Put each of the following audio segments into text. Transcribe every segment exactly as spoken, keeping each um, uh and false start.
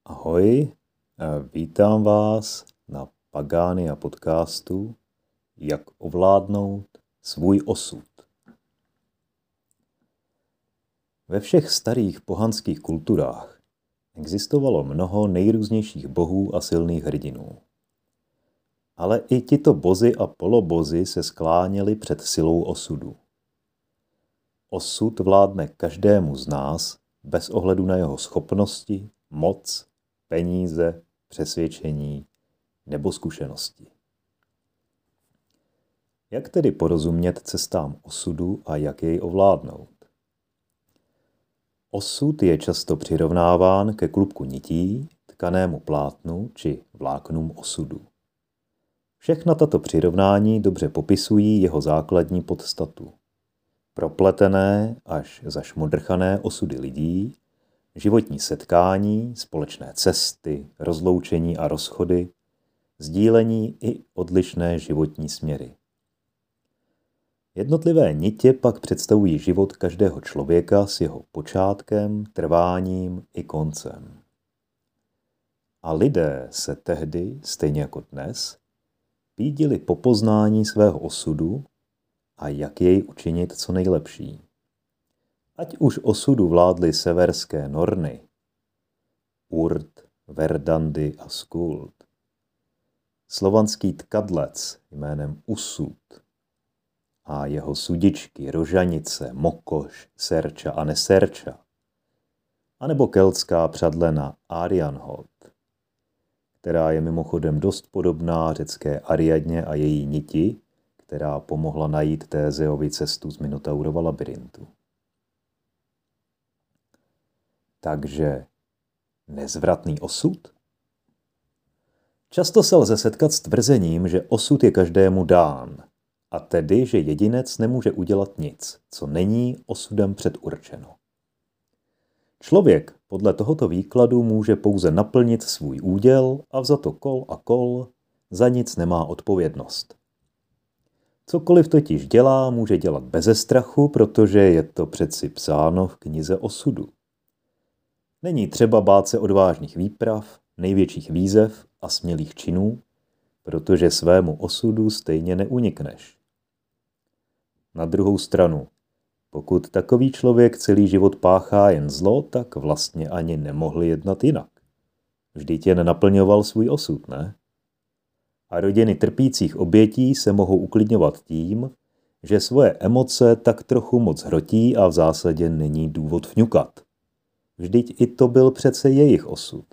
Ahoj, vítám vás na Pagania podcastu Jak ovládnout svůj osud. Ve všech starých pohanských kulturách existovalo mnoho nejrůznějších bohů a silných hrdinů. Ale i tito bozi a polobozi se skláněli před silou osudu. Osud vládne každému z nás bez ohledu na jeho schopnosti, moc, peníze, přesvědčení nebo zkušenosti. Jak tedy porozumět cestám osudu a jak jej ovládnout? Osud je často přirovnáván ke klubku nití, tkanému plátnu či vláknům osudu. Všechna tato přirovnání dobře popisují jeho základní podstatu. Propletené až zašmodrchané osudy lidí, životní setkání, společné cesty, rozloučení a rozchody, sdílení i odlišné životní směry. Jednotlivé nitě pak představují život každého člověka s jeho počátkem, trváním i koncem. A lidé se tehdy, stejně jako dnes, pídili po poznání svého osudu a jak jej učinit co nejlepší. Ať už osudu vládly severské Norny, Urd, Verdandy a Skuld, slovanský tkadlec jménem Usud a jeho sudičky Rožanice, Mokoš, Serča a Neserča, anebo keltská přadlena Arianhod, která je mimochodem dost podobná řecké Ariadně a její niti, která pomohla najít Tézeovi cestu z Minotaurova labyrintu. Takže nezvratný osud? Často se lze setkat s tvrzením, že osud je každému dán, a tedy, že jedinec nemůže udělat nic, co není osudem předurčeno. Člověk podle tohoto výkladu může pouze naplnit svůj úděl a za to kol a kol za nic nemá odpovědnost. Cokoliv totiž dělá, může dělat beze strachu, protože je to přeci psáno v knize osudu. Není třeba bát se odvážných výprav, největších výzev a smělých činů, protože svému osudu stejně neunikneš. Na druhou stranu, pokud takový člověk celý život páchá jen zlo, tak vlastně ani nemohl jednat jinak. Vždyť jen naplňoval svůj osud, ne? A rodiny trpících obětí se mohou uklidňovat tím, že svoje emoce tak trochu moc hrotí a v zásadě není důvod fňukat. Vždyť i to byl přece jejich osud.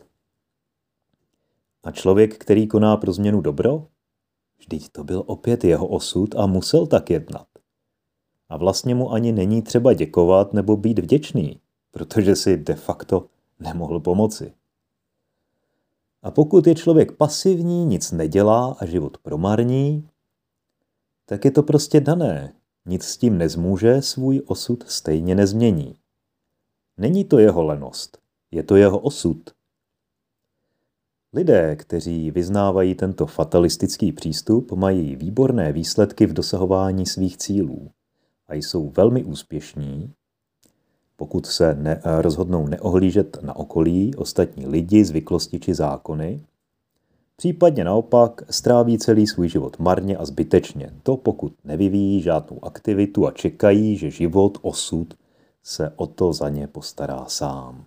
A člověk, který koná pro změnu dobro? Vždyť to byl opět jeho osud a musel tak jednat. A vlastně mu ani není třeba děkovat nebo být vděčný, protože si de facto nemohl pomoci. A pokud je člověk pasivní, nic nedělá a život promarní, tak je to prostě dané. Nic s tím nezmůže, svůj osud stejně nezmění. Není to jeho lenost, je to jeho osud. Lidé, kteří vyznávají tento fatalistický přístup, mají výborné výsledky v dosahování svých cílů a jsou velmi úspěšní, pokud se ne, rozhodnou neohlížet na okolí, ostatní lidi, zvyklosti či zákony, případně naopak stráví celý svůj život marně a zbytečně, to pokud nevyvíjí žádnou aktivitu a čekají, že život, osud se o to za ně postará sám.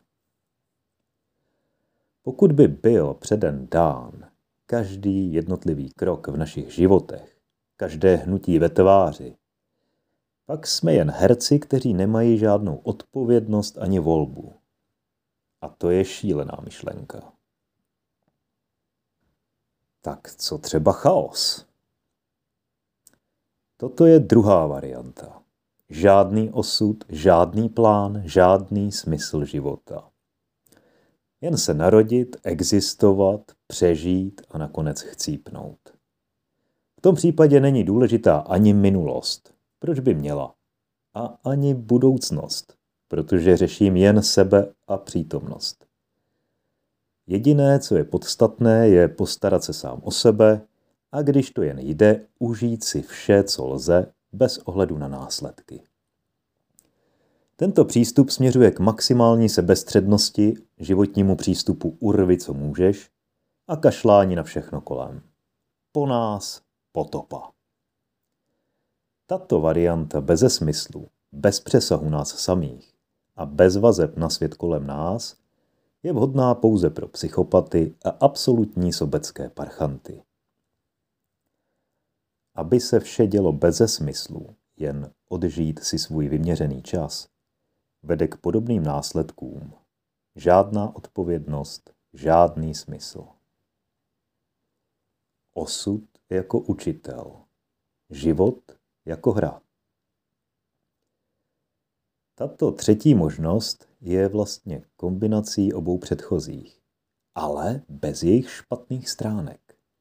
Pokud by byl předem dán každý jednotlivý krok v našich životech, každé hnutí ve tváři, pak jsme jen herci, kteří nemají žádnou odpovědnost ani volbu. A to je šílená myšlenka. Tak co třeba chaos? Toto je druhá varianta. Žádný osud, žádný plán, žádný smysl života. Jen se narodit, existovat, přežít a nakonec chcípnout. V tom případě není důležitá ani minulost, proč by měla, a ani budoucnost, protože řeším jen sebe a přítomnost. Jediné, co je podstatné, je postarat se sám o sebe a když to jen jde, užít si vše, co lze, bez ohledu na následky. Tento přístup směřuje k maximální sebestřednosti, životnímu přístupu urvi, co můžeš, a kašlání na všechno kolem. Po nás potopa. Tato varianta beze smyslu, bez přesahu nás samých a bez vazeb na svět kolem nás je vhodná pouze pro psychopaty a absolutní sobecké parchanty. Aby se vše dělo beze smyslu, jen odžít si svůj vyměřený čas, vede k podobným následkům. Žádná odpovědnost, žádný smysl. Osud jako učitel. Život jako hra. Tato třetí možnost je vlastně kombinací obou předchozích, ale bez jejich špatných stránek.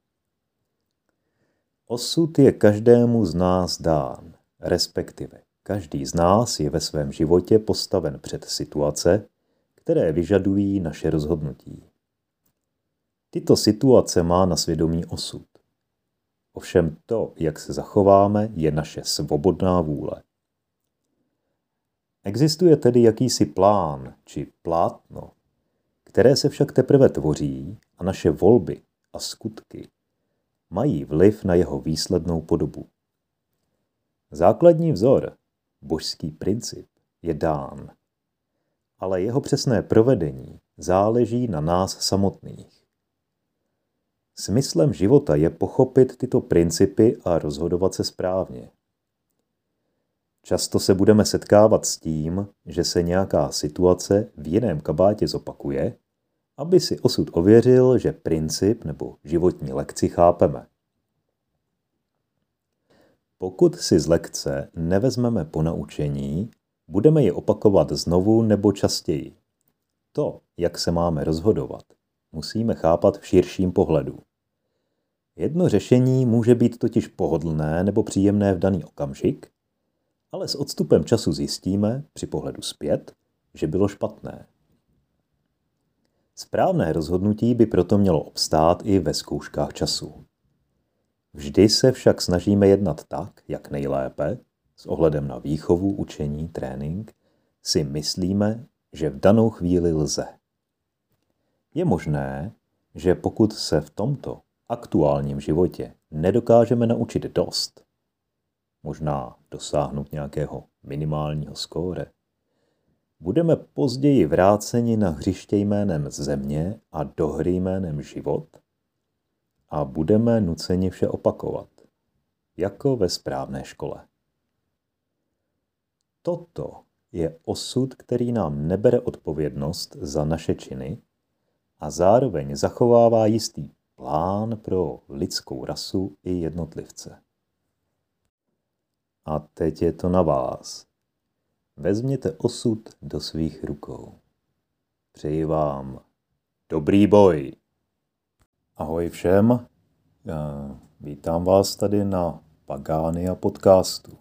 Osud je každému z nás dán, respektive každý z nás je ve svém životě postaven před situace, které vyžadují naše rozhodnutí. Tyto situace má na svědomí osud. Ovšem to, jak se zachováme, je naše svobodná vůle. Existuje tedy jakýsi plán či plátno, které se však teprve tvoří a naše volby a skutky mají vliv na jeho výslednou podobu. Základní vzor, božský princip, je dán, ale jeho přesné provedení záleží na nás samotných. Smyslem života je pochopit tyto principy a rozhodovat se správně. Často se budeme setkávat s tím, že se nějaká situace v jiném kabátě zopakuje, aby si osud ověřil, že princip nebo životní lekci chápeme. Pokud si z lekce nevezmeme ponaučení, budeme je opakovat znovu nebo častěji. To, jak se máme rozhodovat, musíme chápat v širším pohledu. Jedno řešení může být totiž pohodlné nebo příjemné v daný okamžik, ale s odstupem času zjistíme, při pohledu zpět, že bylo špatné. Správné rozhodnutí by proto mělo obstát i ve zkouškách času. Vždy se však snažíme jednat tak, jak nejlépe, s ohledem na výchovu, učení, trénink, si myslíme, že v danou chvíli lze. Je možné, že pokud se v tomto aktuálním životě nedokážeme naučit dost, možná dosáhnout nějakého minimálního skóre, budeme později vráceni na hřiště jménem země a do hry jménem život a budeme nuceni vše opakovat, jako ve správné škole. Toto je osud, který nám nebere odpovědnost za naše činy a zároveň zachovává jistý plán pro lidskou rasu i jednotlivce. A teď je to na vás. Vezměte osud do svých rukou. Přeji vám dobrý boj. Ahoj všem, já vítám vás tady na Pagánia podcastu.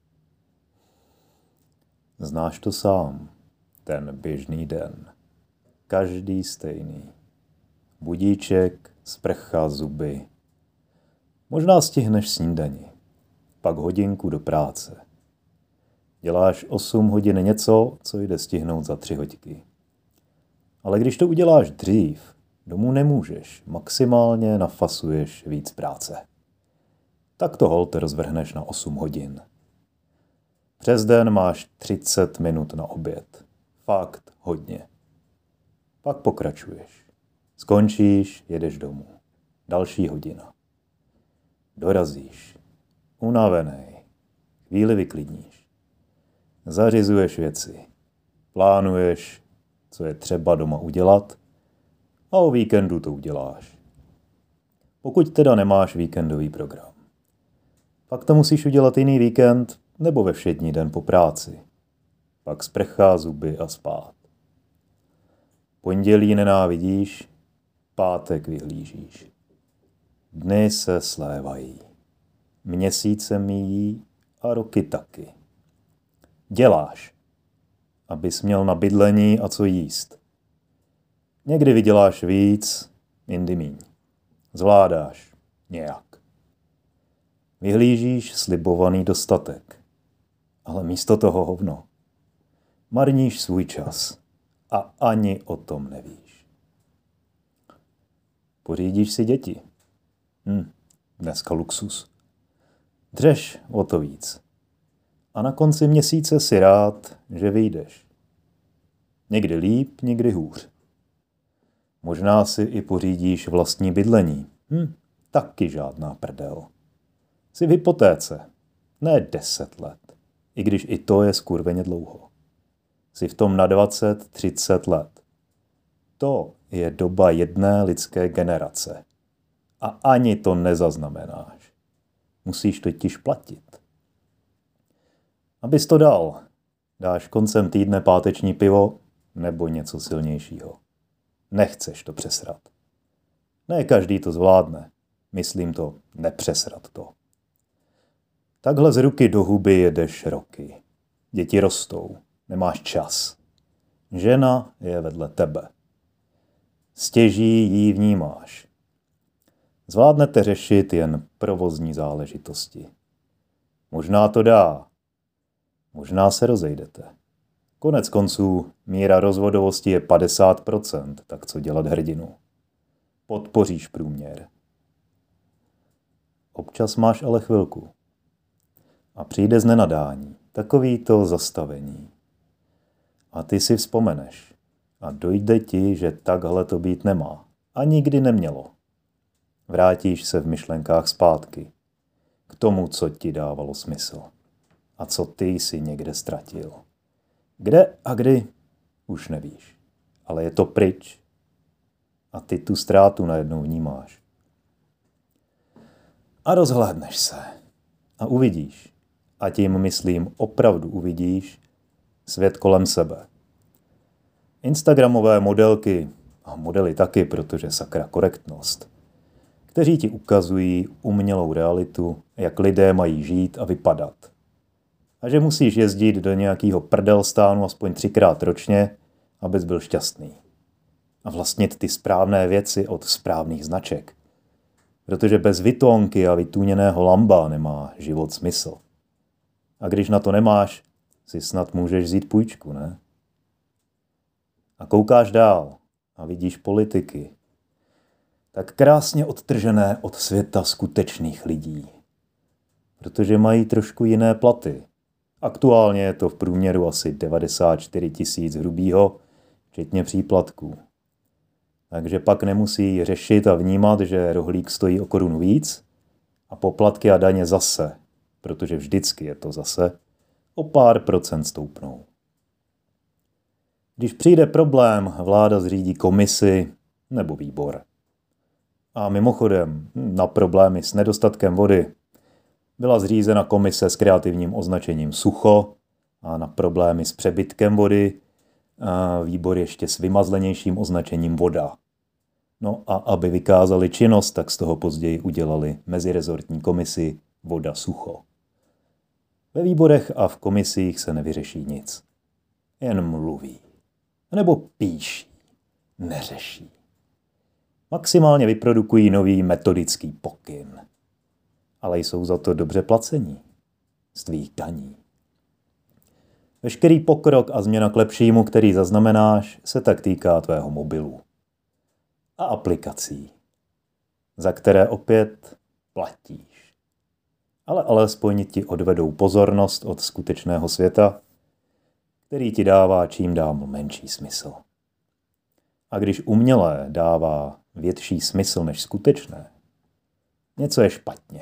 Znáš to sám, ten běžný den. Každý stejný. Budíček, sprcha, zuby. Možná stihneš snídani, pak hodinku do práce. Děláš osm hodin něco, co jde stihnout za tři hodiny. Ale když to uděláš dřív, domů nemůžeš, maximálně nafasuješ víc práce. Tak to holt rozvrhneš na osm hodin. Přes den máš třicet minut na oběd. Fakt hodně. Pak pokračuješ. Skončíš, jedeš domů. Další hodina. Dorazíš. Unavenej. Chvíli vyklidníš. Zařizuješ věci. Plánuješ, co je třeba doma udělat a o víkendu to uděláš. Pokud teda nemáš víkendový program. Pak to musíš udělat jiný víkend nebo ve všední den po práci. Pak sprcha, zuby a spát. Pondělí nenávidíš, pátek vyhlížíš. Dny se slévají. Měsíce míjí a roky taky. Děláš, abys měl na bydlení a co jíst. Někdy vyděláš víc, jindy míň. Zvládáš nějak. Vyhlížíš slibovaný dostatek, ale místo toho hovno. Marníš svůj čas a ani o tom nevíš. Pořídíš si děti. Hm, dneska luxus. Dřeš o to víc. A na konci měsíce si rád, že vyjdeš. Někdy líp, někdy hůř. Možná si i pořídíš vlastní bydlení. Hm, taky žádná prdel. Jsi v hypotéce. Ne deset let. I když i to je skurveně dlouho. Jsi v tom na dvacet, třicet let. To je doba jedné lidské generace. A ani to nezaznamenáš. Musíš totiž platit. Abys to dal, dáš koncem týdne páteční pivo nebo něco silnějšího. Nechceš to přesrat. Ne každý to zvládne. Myslím to, nepřesrat to. Takhle z ruky do huby jedeš roky. Děti rostou. Nemáš čas. Žena je vedle tebe. Stěží jí vnímáš. Zvládnete řešit jen provozní záležitosti. Možná to dá. Možná se rozejdete. Konec konců míra rozvodovosti je padesát procent, tak co dělat hrdinu? Podpoříš průměr. Občas máš ale chvilku. A přijde z nenadání, takový to zastavení. A ty si vzpomeneš. A dojde ti, že takhle to být nemá. A nikdy nemělo. Vrátíš se v myšlenkách zpátky. K tomu, co ti dávalo smysl. A co ty si někde ztratil. Kde a kdy? Už nevíš. Ale je to pryč. A ty tu ztrátu najednou vnímáš. A rozhlédneš se. A uvidíš. A tím myslím opravdu uvidíš svět kolem sebe. Instagramové modelky, a modely taky, protože sakra korektnost, kteří ti ukazují umělou realitu, jak lidé mají žít a vypadat. A že musíš jezdit do nějakého prdelstánu aspoň třikrát ročně, abys byl šťastný. A vlastnit ty správné věci od správných značek. Protože bez Vuittonky a vytůněného lamba nemá život smysl. A když na to nemáš, si snad můžeš vzít půjčku, ne? A koukáš dál a vidíš politiky. Tak krásně odtržené od světa skutečných lidí. Protože mají trošku jiné platy. Aktuálně je to v průměru asi devadesát čtyři tisíc hrubýho, včetně příplatků. Takže pak nemusí řešit a vnímat, že rohlík stojí o korunu víc a poplatky a daně zase, protože vždycky je to zase, o pár procent stoupnou. Když přijde problém, vláda zřídí komisi nebo výbor. A mimochodem, na problémy s nedostatkem vody byla zřízena komise s kreativním označením sucho a na problémy s přebytkem vody a výbor ještě s vymazlenějším označením voda. No a aby vykázali činnost, tak z toho později udělali mezirezortní komisi voda sucho. Ve výborech a v komisích se nevyřeší nic. Jen mluví. Nebo píší. Neřeší. Maximálně vyprodukují nový metodický pokyn. Ale jsou za to dobře placení. Z tvých daní. Veškerý pokrok a změna k lepšímu, který zaznamenáš, se tak týká tvého mobilu. A aplikací, za které opět platíš. Ale alespoň ti odvedou pozornost od skutečného světa, který ti dává čím dál menší smysl. A když umělé dává větší smysl než skutečné, něco je špatně.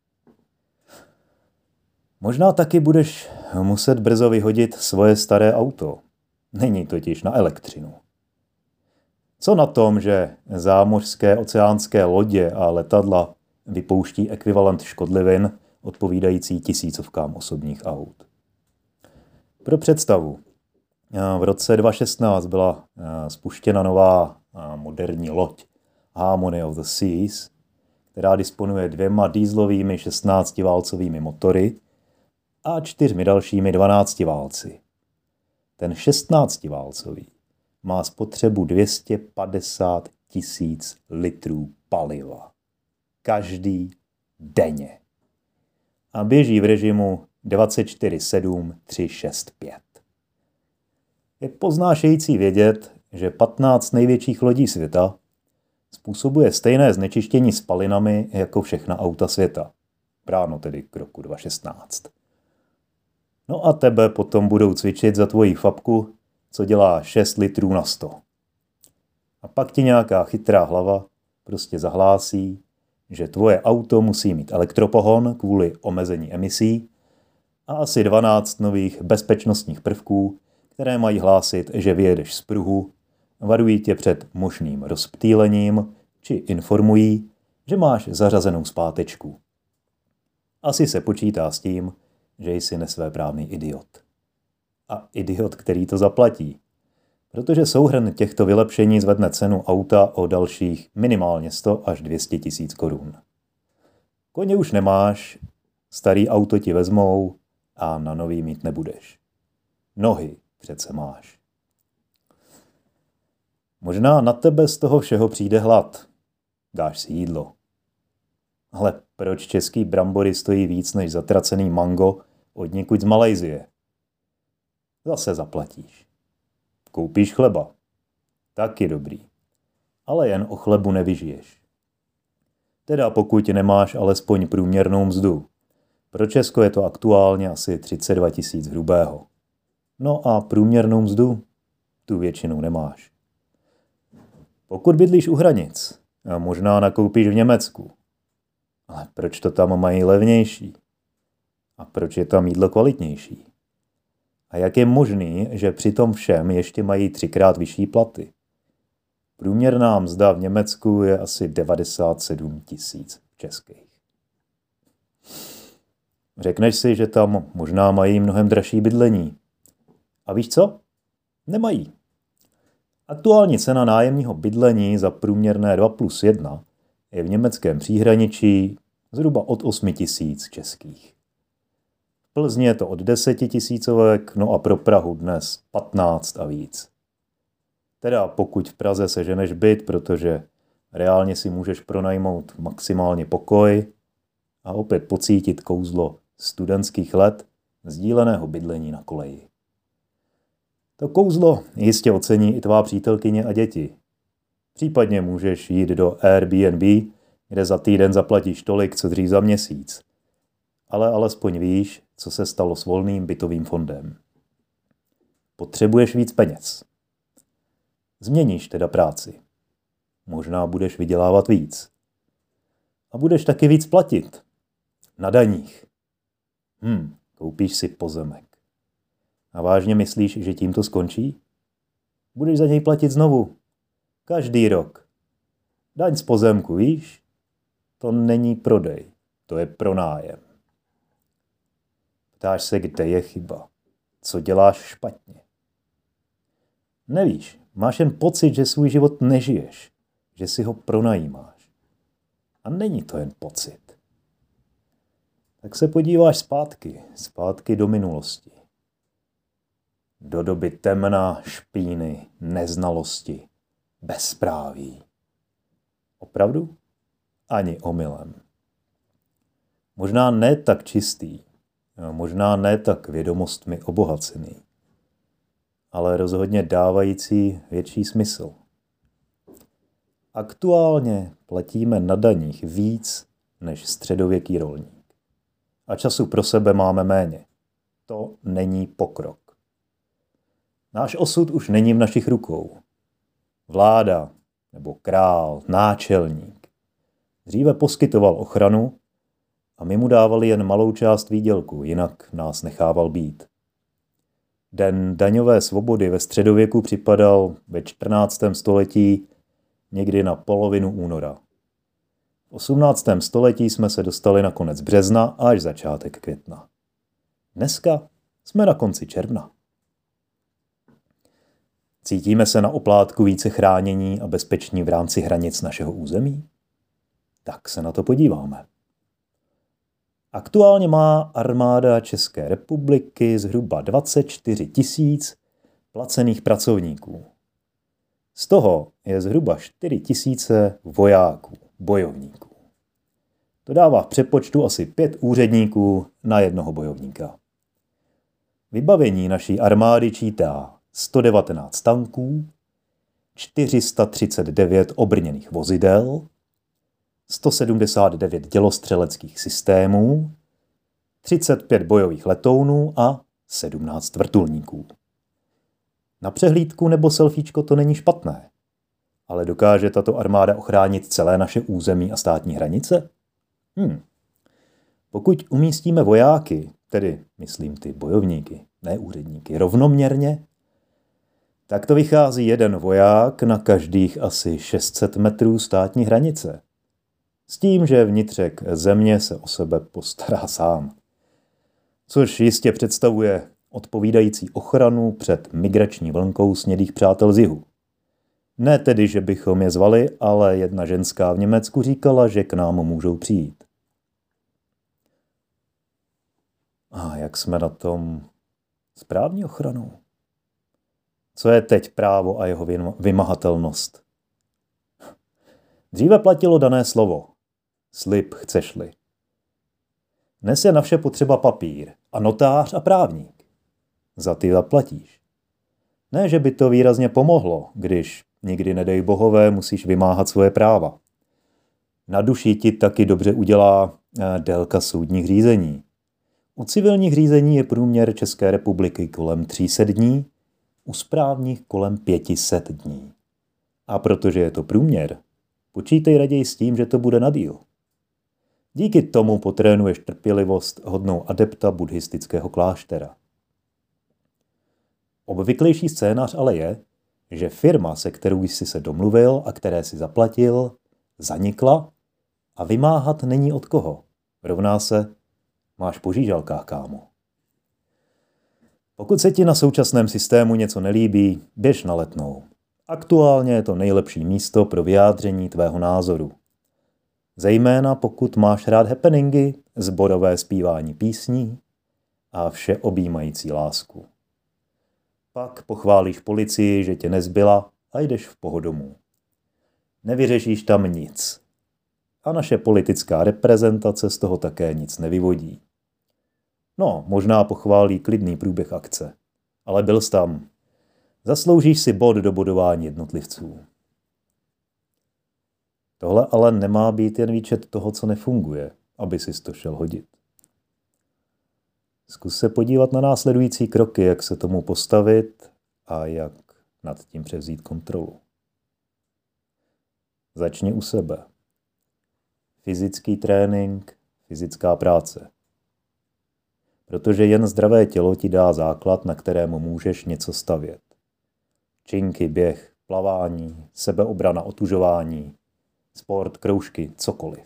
Možná taky budeš muset brzo vyhodit svoje staré auto. Není totiž na elektřinu. Co na tom, že zámořské oceánské lodě a letadla vypouští ekvivalent škodlivin odpovídající tisícovkám osobních aut? Pro představu, v roce dva tisíce šestnáct byla spuštěna nová moderní loď Harmony of the Seas, která disponuje dvěma dieselovými šestnáctiválcovými motory a čtyřmi dalšími dvanáctiválci. Ten šestnáctiválcový má spotřebu dvě stě padesát tisíc litrů paliva. Každý denně. A běží v režimu dvacet čtyři sedm tři šest pět. Je poznášející vědět, že patnáct největších lodí světa způsobuje stejné znečištění spalinami jako všechna auta světa. Bráno tedy k roku dva tisíce šestnáct. No a tebe potom budou cvičit za tvoji fabku, co dělá šest litrů na sto. A pak ti nějaká chytrá hlava prostě zahlásí, že tvoje auto musí mít elektropohon kvůli omezení emisí a asi dvanáct nových bezpečnostních prvků, které mají hlásit, že vyjedeš z pruhu, varují tě před možným rozptýlením či informují, že máš zařazenou zpátečku. Asi se počítá s tím, že jsi nesvéprávný idiot. A idiot, který to zaplatí. Protože souhrn těchto vylepšení zvedne cenu auta o dalších minimálně sto až dvě stě tisíc korun. Koně už nemáš, starý auto ti vezmou a na nový mít nebudeš. Nohy přece máš. Možná na tebe z toho všeho přijde hlad. Dáš si jídlo. Ale proč český brambory stojí víc než zatracený mango od někud z Malajsie? Zase zaplatíš. Koupíš chleba. Taky dobrý. Ale jen o chlebu nevyžiješ. Teda pokud nemáš alespoň průměrnou mzdu. Pro Česko je to aktuálně asi třicet dva tisíc hrubého. No a průměrnou mzdu tu většinou nemáš. Pokud bydlíš u hranic, a možná nakoupíš v Německu. Ale proč to tam mají levnější? A proč je tam jídlo kvalitnější? A jak je možný, že při tom všem ještě mají třikrát vyšší platy? Průměrná mzda v Německu je asi devadesát sedm tisíc českých. Řekneš si, že tam možná mají mnohem dražší bydlení. A víš co? Nemají. Aktuální cena nájemního bydlení za průměrné dva plus jedna je v německém příhraničí zhruba od osmi tisíc českých. V Plzni je to od deseti tisícovek, no a pro Prahu dnes patnáct a víc. Teda pokud v Praze seženeš byt, protože reálně si můžeš pronajmout maximálně pokoj a opět pocítit kouzlo studentských let sdíleného bydlení na koleji. To kouzlo jistě ocení i tvá přítelkyně a děti. Případně můžeš jít do Airbnb, kde za týden zaplatíš tolik, co dřív za měsíc. Ale alespoň víš, co se stalo s volným bytovým fondem. Potřebuješ víc peněz. Změníš teda práci. Možná budeš vydělávat víc. A budeš taky víc platit. Na daních. Hm, koupíš si pozemek. A vážně myslíš, že tím to skončí? Budeš za něj platit znovu. Každý rok. Daň z pozemku, víš? To není prodej, to je pronájem. Ptáš se, kde je chyba. Co děláš špatně? Nevíš, máš jen pocit, že svůj život nežiješ, že si ho pronajímáš. A není to jen pocit. Tak se podíváš zpátky, zpátky do minulosti. Do doby temna, špíny, neznalosti, bezpráví. Opravdu? Ani omylem. Možná ne tak čistý, možná ne tak vědomostmi obohacený, ale rozhodně dávající větší smysl. Aktuálně platíme na daních víc než středověký rolník. A času pro sebe máme méně. To není pokrok. Náš osud už není v našich rukou. Vláda nebo král, náčelník dříve poskytoval ochranu a my mu dávali jen malou část výdělku, jinak nás nechával být. Den daňové svobody ve středověku připadal ve čtrnáctém století někdy na polovinu února. V osmnáctém století jsme se dostali na konec března až začátek května. Dneska jsme na konci června. Cítíme se na oplátku více chránění a bezpeční v rámci hranic našeho území? Tak se na to podíváme. Aktuálně má armáda České republiky zhruba dvacet čtyři tisíc placených pracovníků. Z toho je zhruba čtyři tisíce vojáků, bojovníků. To dává v přepočtu asi pět úředníků na jednoho bojovníka. Vybavení naší armády čítá sto devatenáct tanků, čtyři sta třicet devět obrněných vozidel, sto sedmdesát devět dělostřeleckých systémů, třicet pět bojových letounů a sedmnáct vrtulníků. Na přehlídku nebo selfiečko to není špatné, ale dokáže tato armáda ochránit celé naše území a státní hranice? Hm. Pokud umístíme vojáky, tedy myslím ty bojovníky, ne úředníky, rovnoměrně, tak to vychází jeden voják na každých asi šest set metrů státní hranice. S tím, že vnitřek země se o sebe postará sám. Což jistě představuje odpovídající ochranu před migrační vlnkou snědých přátel z jihu. Ne tedy, že bychom je zvali, ale jedna ženská v Německu říkala, že k nám můžou přijít. A jak jsme na tom s právní ochranou? Co je teď právo a jeho vymahatelnost? Dříve platilo dané slovo. Slib chceš-li. Dnes je na vše potřeba papír a notář a právník. Za ty zaplatíš. Ne, že by to výrazně pomohlo, když nikdy nedej bohové musíš vymáhat svoje práva. Na duši ti taky dobře udělá délka soudních řízení. U civilních řízení je průměr České republiky kolem tři sta dní, u správních kolem pět set dní. A protože je to průměr, počítej raději s tím, že to bude na díl. Díky tomu potrénuješ trpělivost hodnou adepta buddhistického kláštera. Obvyklejší scénář ale je, že firma, se kterou jsi se domluvil a které si zaplatil, zanikla a vymáhat není od koho. Rovná se máš po žížalkách, kámo. Pokud se ti na současném systému něco nelíbí, běž na Letnou. Aktuálně je to nejlepší místo pro vyjádření tvého názoru. Zejména pokud máš rád happeningy, sborové zpívání písní a vše objímající lásku. Pak pochválíš policii, že tě nezbyla a jdeš v pohodomů. Nevyřešíš tam nic. A naše politická reprezentace z toho také nic nevyvodí. No, možná pochválí klidný průběh akce. Ale byl jsi tam. Zasloužíš si bod do bodování jednotlivců. Tohle ale nemá být jen výčet toho, co nefunguje, aby si to šel hodit. Zkus se podívat na následující kroky, jak se tomu postavit a jak nad tím převzít kontrolu. Začni u sebe. Fyzický trénink, fyzická práce. Protože jen zdravé tělo ti dá základ, na kterému můžeš něco stavět. Činky, běh, plavání, sebeobrana, otužování, sport, kroužky, cokoliv.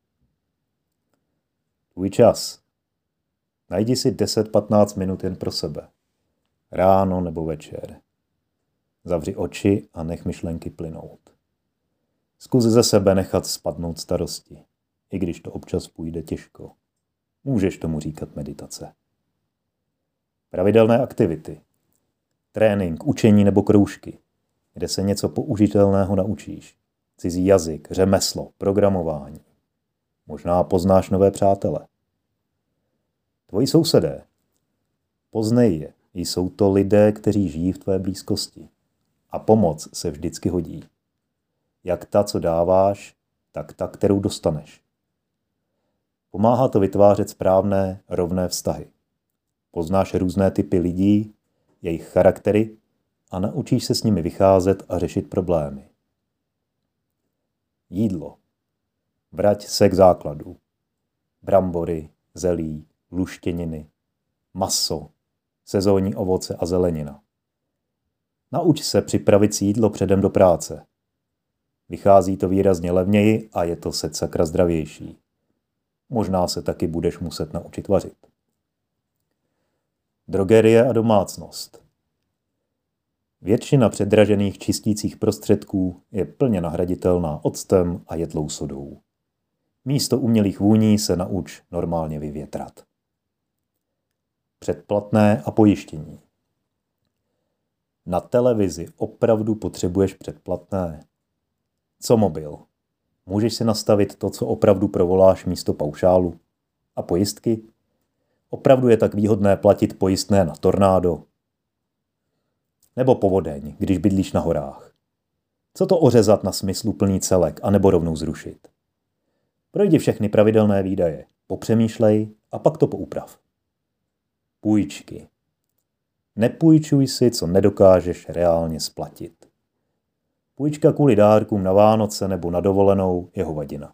Tvůj čas. Najdi si deset patnáct minut jen pro sebe. Ráno nebo večer. Zavři oči a nech myšlenky plynout. Zkus ze sebe nechat spadnout starosti, i když to občas půjde těžko. Můžeš tomu říkat meditace. Pravidelné aktivity. Trénink, učení nebo kroužky, kde se něco použitelného naučíš. Cizí jazyk, řemeslo, programování. Možná poznáš nové přátele. Tvoji sousedé. Poznej je. Jsou to lidé, kteří žijí v tvé blízkosti. A pomoc se vždycky hodí. Jak ta, co dáváš, tak ta, kterou dostaneš. Pomáhá to vytvářet správné, rovné vztahy. Poznáš různé typy lidí, jejich charaktery a naučíš se s nimi vycházet a řešit problémy. Jídlo. Vrať se k základu. Brambory, zelí, luštěniny, maso, sezónní ovoce a zelenina. Nauč se připravit si jídlo předem do práce. Vychází to výrazně levněji a je to sedsakra zdravější. Možná se taky budeš muset naučit vařit. Drogerie a domácnost. Většina předražených čistících prostředků je plně nahraditelná octem a jedlou sodou. Místo umělých vůní se nauč normálně vyvětrat. Předplatné a pojištění. Na televizi opravdu potřebuješ předplatné. Co mobil? Můžeš si nastavit to, co opravdu provoláš místo paušálu. A pojistky? Opravdu je tak výhodné platit pojistné na tornádo. Nebo povodeň, když bydlíš na horách. Co to ořezat na smysluplný celek, anebo rovnou zrušit? Projdi všechny pravidelné výdaje, popřemýšlej a pak to pouprav. Půjčky. Nepůjčuj si, co nedokážeš reálně splatit. Půjčka kvůli dárkům na Vánoce nebo na dovolenou je hovadina.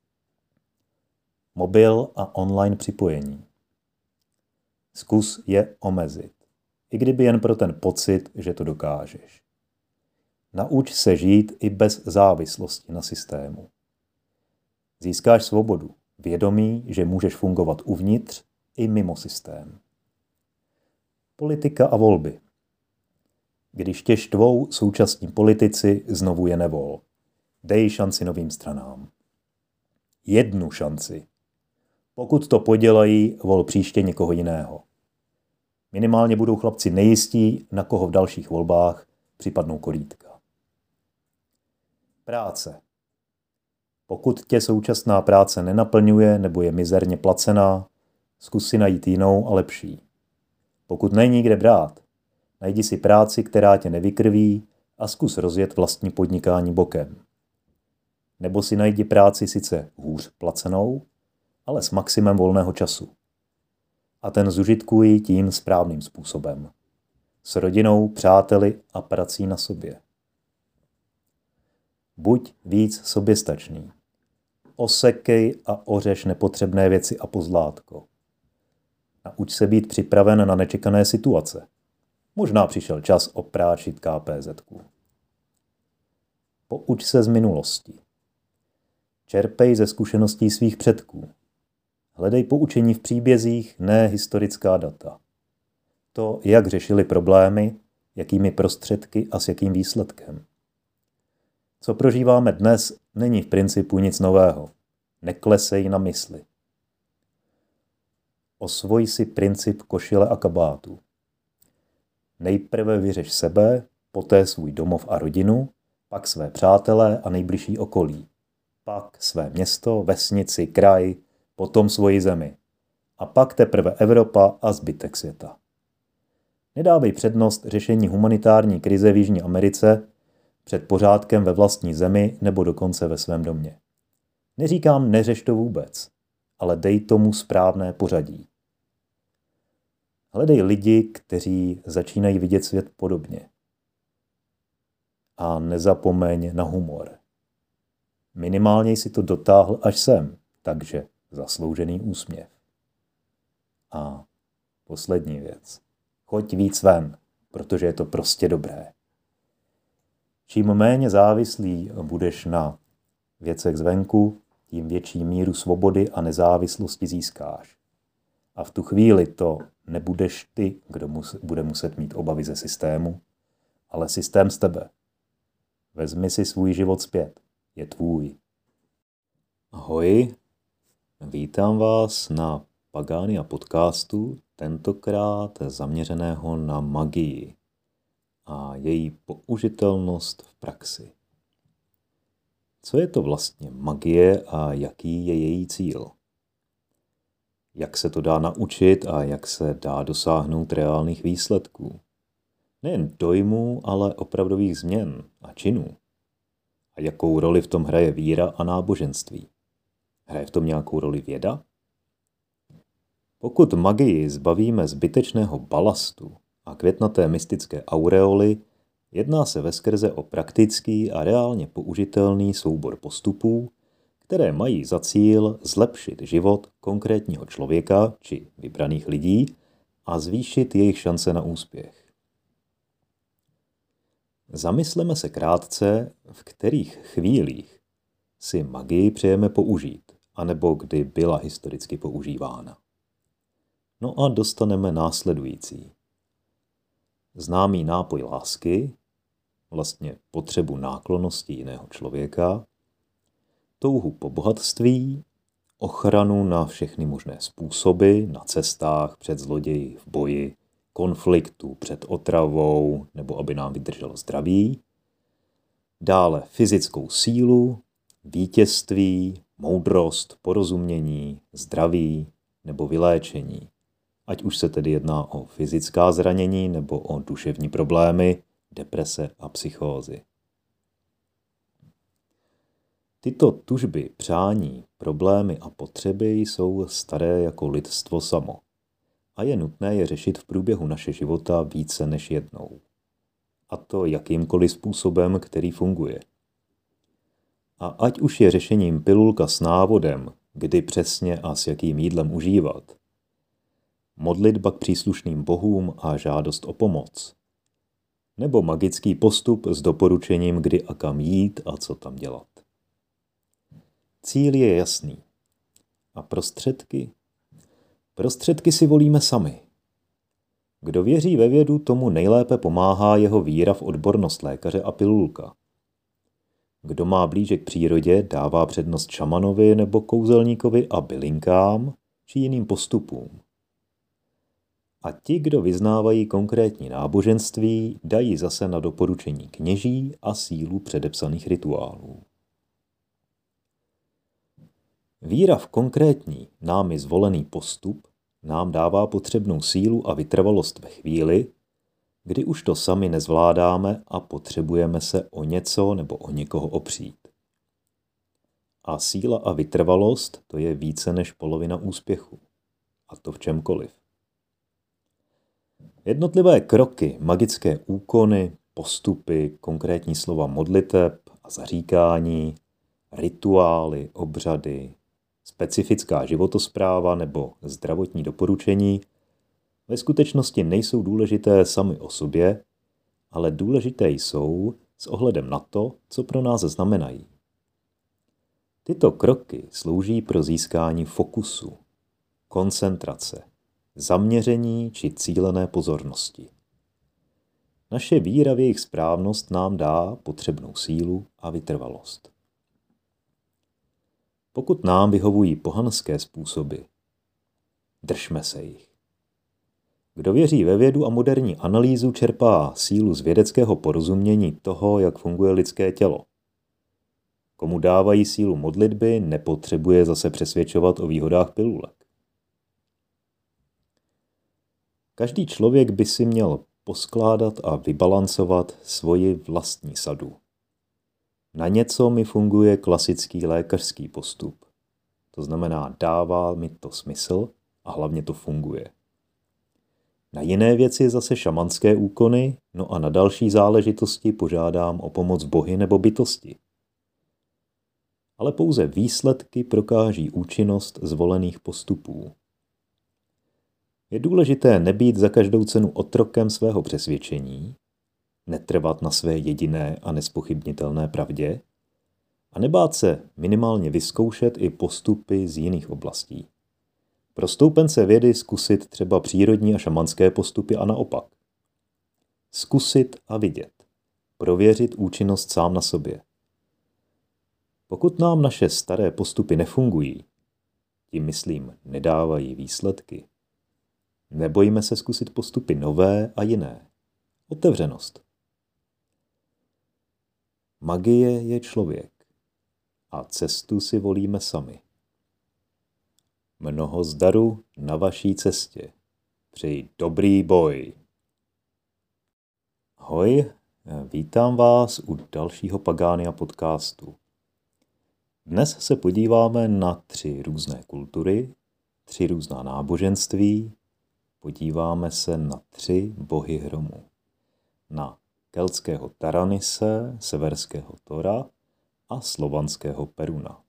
Mobil a online připojení. Zkus je omezit, i kdyby jen pro ten pocit, že to dokážeš. Nauč se žít i bez závislosti na systému. Získáš svobodu, vědomí, že můžeš fungovat uvnitř i mimo systém. Politika a volby. Když tě štvou současní politici, znovu je nevol. Dej šanci novým stranám. Jednu šanci. Pokud to podělají, vol příště někoho jiného. Minimálně budou chlapci nejistí, na koho v dalších volbách připadnou kolítka. Práce. Pokud tě současná práce nenaplňuje nebo je mizerně placená, zkus si najít jinou a lepší. Pokud není kde brát, najdi si práci, která tě nevykrví a zkus rozjet vlastní podnikání bokem. Nebo si najdi práci sice hůř placenou, ale s maximem volného času. A ten zužitkuj tím správným způsobem. S rodinou, přáteli a prací na sobě. Buď víc soběstačný. Osekej a ořeš nepotřebné věci a pozlátko. Nauč se být připraven na nečekané situace. Možná přišel čas oprášit ká pé zetku. Pouč se z minulosti. Čerpej ze zkušeností svých předků. Hledej poučení v příbězích, ne historická data. To, jak řešili problémy, jakými prostředky a s jakým výsledkem. Co prožíváme dnes, není v principu nic nového. Neklesej na mysli. Osvoj si princip košile a kabátu. Nejprve vyřeš sebe, poté svůj domov a rodinu, pak své přátelé a nejbližší okolí. Pak své město, vesnici, kraj, potom svoji zemi. A pak teprve Evropa a zbytek světa. Nedávej přednost řešení humanitární krize v Jižní Americe před pořádkem ve vlastní zemi nebo dokonce ve svém domě. Neříkám, neřeš to vůbec, ale dej tomu správné pořadí. Hledej lidi, kteří začínají vidět svět podobně. A nezapomeň na humor. Minimálně si to dotáhl až sem, takže zasloužený úsměv. A poslední věc. Choď víc ven, protože je to prostě dobré. Čím méně závislý budeš na věcech zvenku, tím větší míru svobody a nezávislosti získáš. A v tu chvíli to nebudeš ty, kdo mus, bude muset mít obavy ze systému, ale systém z tebe. Vezmi si svůj život zpět. Je tvůj. Ahoj, vítám vás na Pagánia podcastu, tentokrát zaměřeného na magii a její použitelnost v praxi. Co je to vlastně magie a jaký je její cíl? Jak se to dá naučit a jak se dá dosáhnout reálných výsledků? Nejen dojmů, ale opravdových změn a činů. A jakou roli v tom hraje víra a náboženství? Hraje v tom nějakou roli věda? Pokud magii zbavíme zbytečného balastu a květnaté mystické aureoly, jedná se veskrze o praktický a reálně použitelný soubor postupů, které mají za cíl zlepšit život konkrétního člověka či vybraných lidí a zvýšit jejich šance na úspěch. Zamysleme se krátce, v kterých chvílích si magii přejeme použít, anebo kdy byla historicky používána. No a dostaneme následující. Známý nápoj lásky, vlastně potřebu náklonnosti jiného člověka, touhu po bohatství, ochranu na všechny možné způsoby, na cestách, před zloději, v boji, konfliktu, před otravou, nebo aby nám vydrželo zdraví, dále fyzickou sílu, vítězství, moudrost, porozumění, zdraví nebo vyléčení. Ať už se tedy jedná o fyzická zranění nebo o duševní problémy, deprese a psychózy. Tyto tužby, přání, problémy a potřeby jsou staré jako lidstvo samo a je nutné je řešit v průběhu naše života více než jednou. A to jakýmkoliv způsobem, který funguje. A ať už je řešením pilulka s návodem, kdy přesně a s jakým jídlem užívat, modlitba k příslušným bohům a žádost o pomoc, nebo magický postup s doporučením, kdy a kam jít a co tam dělat. Cíl je jasný. A prostředky? Prostředky si volíme sami. Kdo věří ve vědu, tomu nejlépe pomáhá jeho víra v odbornost lékaře a pilulka. Kdo má blíže k přírodě, dává přednost šamanovi nebo kouzelníkovi a bylinkám či jiným postupům. A ti, kdo vyznávají konkrétní náboženství, dají zase na doporučení kněží a sílu předepsaných rituálů. Víra v konkrétní, námi zvolený postup nám dává potřebnou sílu a vytrvalost ve chvíli, kdy už to sami nezvládáme a potřebujeme se o něco nebo o někoho opřít. A síla a vytrvalost, to je více než polovina úspěchu. A to v čemkoliv. Jednotlivé kroky, magické úkony, postupy, konkrétní slova modliteb a zaříkání, rituály, obřady, specifická životospráva nebo zdravotní doporučení ve skutečnosti nejsou důležité sami o sobě, ale důležité jsou s ohledem na to, co pro nás znamenají. Tyto kroky slouží pro získání fokusu, koncentrace, zaměření či cílené pozornosti. Naše víra v jejich správnost nám dá potřebnou sílu a vytrvalost. Pokud nám vyhovují pohanské způsoby, držme se jich. Kdo věří ve vědu a moderní analýzu, čerpá sílu z vědeckého porozumění toho, jak funguje lidské tělo. Komu dávají sílu modlitby, nepotřebuje zase přesvědčovat o výhodách pilulek. Každý člověk by si měl poskládat a vybalancovat svoji vlastní sadu. Na něco mi funguje klasický lékařský postup. To znamená, dává mi to smysl a hlavně to funguje. Na jiné věci zase šamanské úkony, no a na další záležitosti požádám o pomoc bohy nebo bytosti. Ale pouze výsledky prokáží účinnost zvolených postupů. Je důležité nebýt za každou cenu otrokem svého přesvědčení, netrvat na své jediné a nezpochybnitelné pravdě a nebát se minimálně vyzkoušet i postupy z jiných oblastí. Pro stoupence vědy zkusit třeba přírodní a šamanské postupy a naopak. Zkusit a vidět. Prověřit účinnost sám na sobě. Pokud nám naše staré postupy nefungují, tím myslím nedávají výsledky, nebojíme se zkusit postupy nové a jiné. Otevřenost. Magie je člověk a cestu si volíme sami. Mnoho zdaru na vaší cestě. Přeji dobrý boj. Ahoj, vítám vás u dalšího Pagánia podcastu. Dnes se podíváme na tři různé kultury, tři různá náboženství, podíváme se na tři bohy hromu. Na keltského Taranise, severského Thora a slovanského Peruna.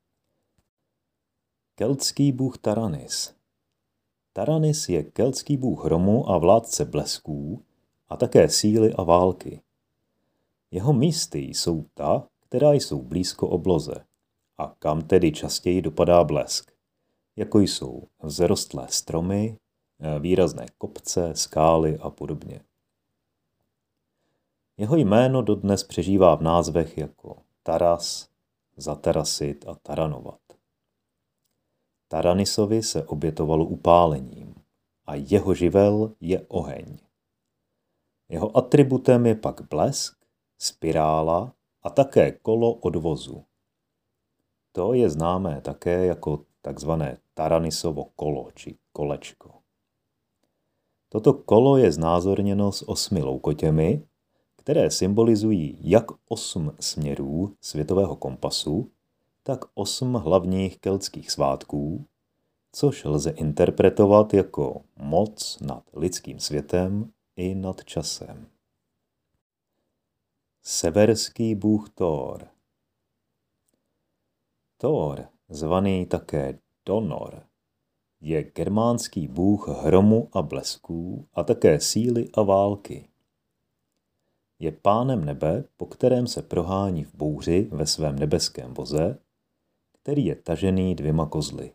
Keltský bůh Taranis. Taranis je keltský bůh hromu a vládce blesků a také síly a války. Jeho místy jsou ta, která jsou blízko obloze a kam tedy častěji dopadá blesk, jako jsou vzrostlé stromy, výrazné kopce, skály a podobně. Jeho jméno dodnes přežívá v názvech jako Taras, Zatarasit a Taranovat. Taranisovi se obětovalo upálením a jeho živel je oheň. Jeho atributem je pak blesk, spirála a také kolo odvozu. To je známé také jako takzvané Taranisovo kolo či kolečko. Toto kolo je znázorněno s osmi loukotěmi, které symbolizují jak osm směrů světového kompasu, tak osm hlavních keltských svátků, což lze interpretovat jako moc nad lidským světem i nad časem. Severský bůh Thor. Thor, zvaný také Donor, je germánský bůh hromu a blesků a také síly a války. Je pánem nebe, po kterém se prohání v bouři ve svém nebeském voze, který je tažený dvěma kozly.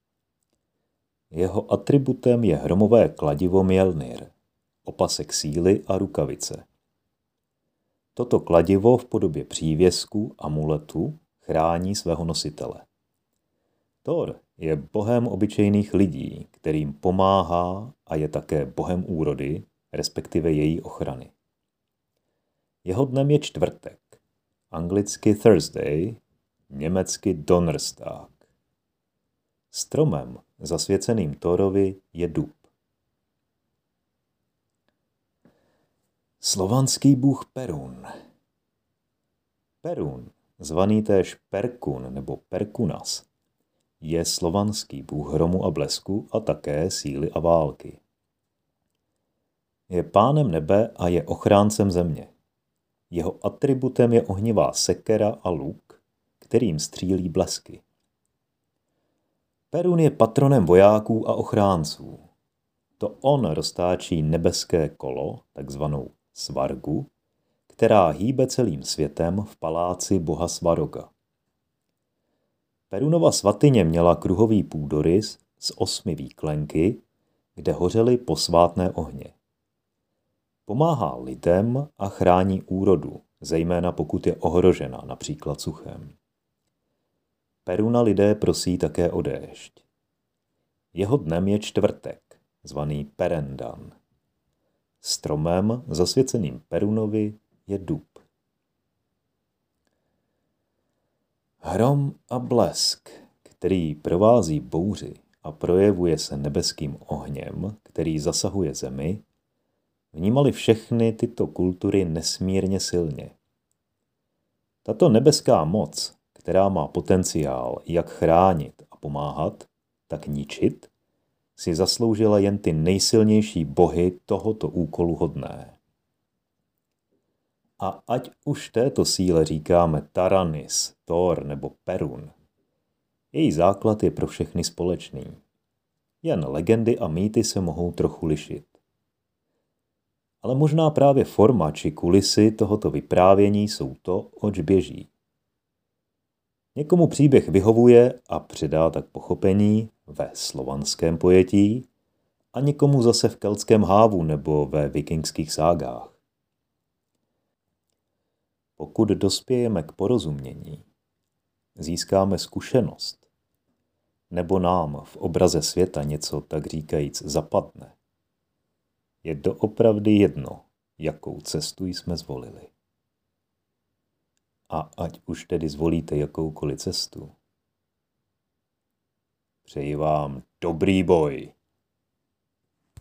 Jeho atributem je hromové kladivo Mjolnir, opasek síly a rukavice. Toto kladivo v podobě přívěsku, amuletu, chrání svého nositele. Thor je bohem obyčejných lidí, kterým pomáhá a je také bohem úrody, respektive její ochrany. Jeho dnem je čtvrtek, anglicky Thursday, německy Donnerstag. Stromem zasvěceným Thorovi je dub. Slovanský bůh Perun. Perun, zvaný též Perkun nebo Perkunas, je slovanský bůh hromu a blesku a také síly a války. Je pánem nebe a je ochráncem země. Jeho atributem je ohnivá sekera a luk, kterým střílí blesky. Perun je patronem vojáků a ochránců. To on roztáčí nebeské kolo, takzvanou Svargu, která hýbe celým světem v paláci boha Svaroga. Perunova svatyně měla kruhový půdorys s osmi výklenky, kde hořely posvátné ohně. Pomáhá lidem a chrání úrodu, zejména pokud je ohrožena, například suchem. Peruna lidé prosí také o déšť. Jeho dnem je čtvrtek, zvaný Perendan. Stromem zasvěceným Perunovi je dub. Hrom a blesk, který provází bouři a projevuje se nebeským ohněm, který zasahuje zemi, vnímali všechny tyto kultury nesmírně silně. Tato nebeská moc, která má potenciál jak chránit a pomáhat, tak ničit, si zasloužila jen ty nejsilnější bohy tohoto úkolu hodné. A ať už této síle říkáme Taranis, Thor nebo Perun, její základ je pro všechny společný. Jen legendy a mýty se mohou trochu lišit. Ale možná právě forma či kulisy tohoto vyprávění jsou to, oč běží. Někomu příběh vyhovuje a přidá tak pochopení ve slovanském pojetí a někomu zase v keltském hávu nebo ve vikingských ságách. Pokud dospějeme k porozumění, získáme zkušenost, nebo nám v obraze světa něco tak říkajíc zapadne, je doopravdy jedno, jakou cestu jsme zvolili. A ať už tedy zvolíte jakoukoliv cestu, přeji vám dobrý boj.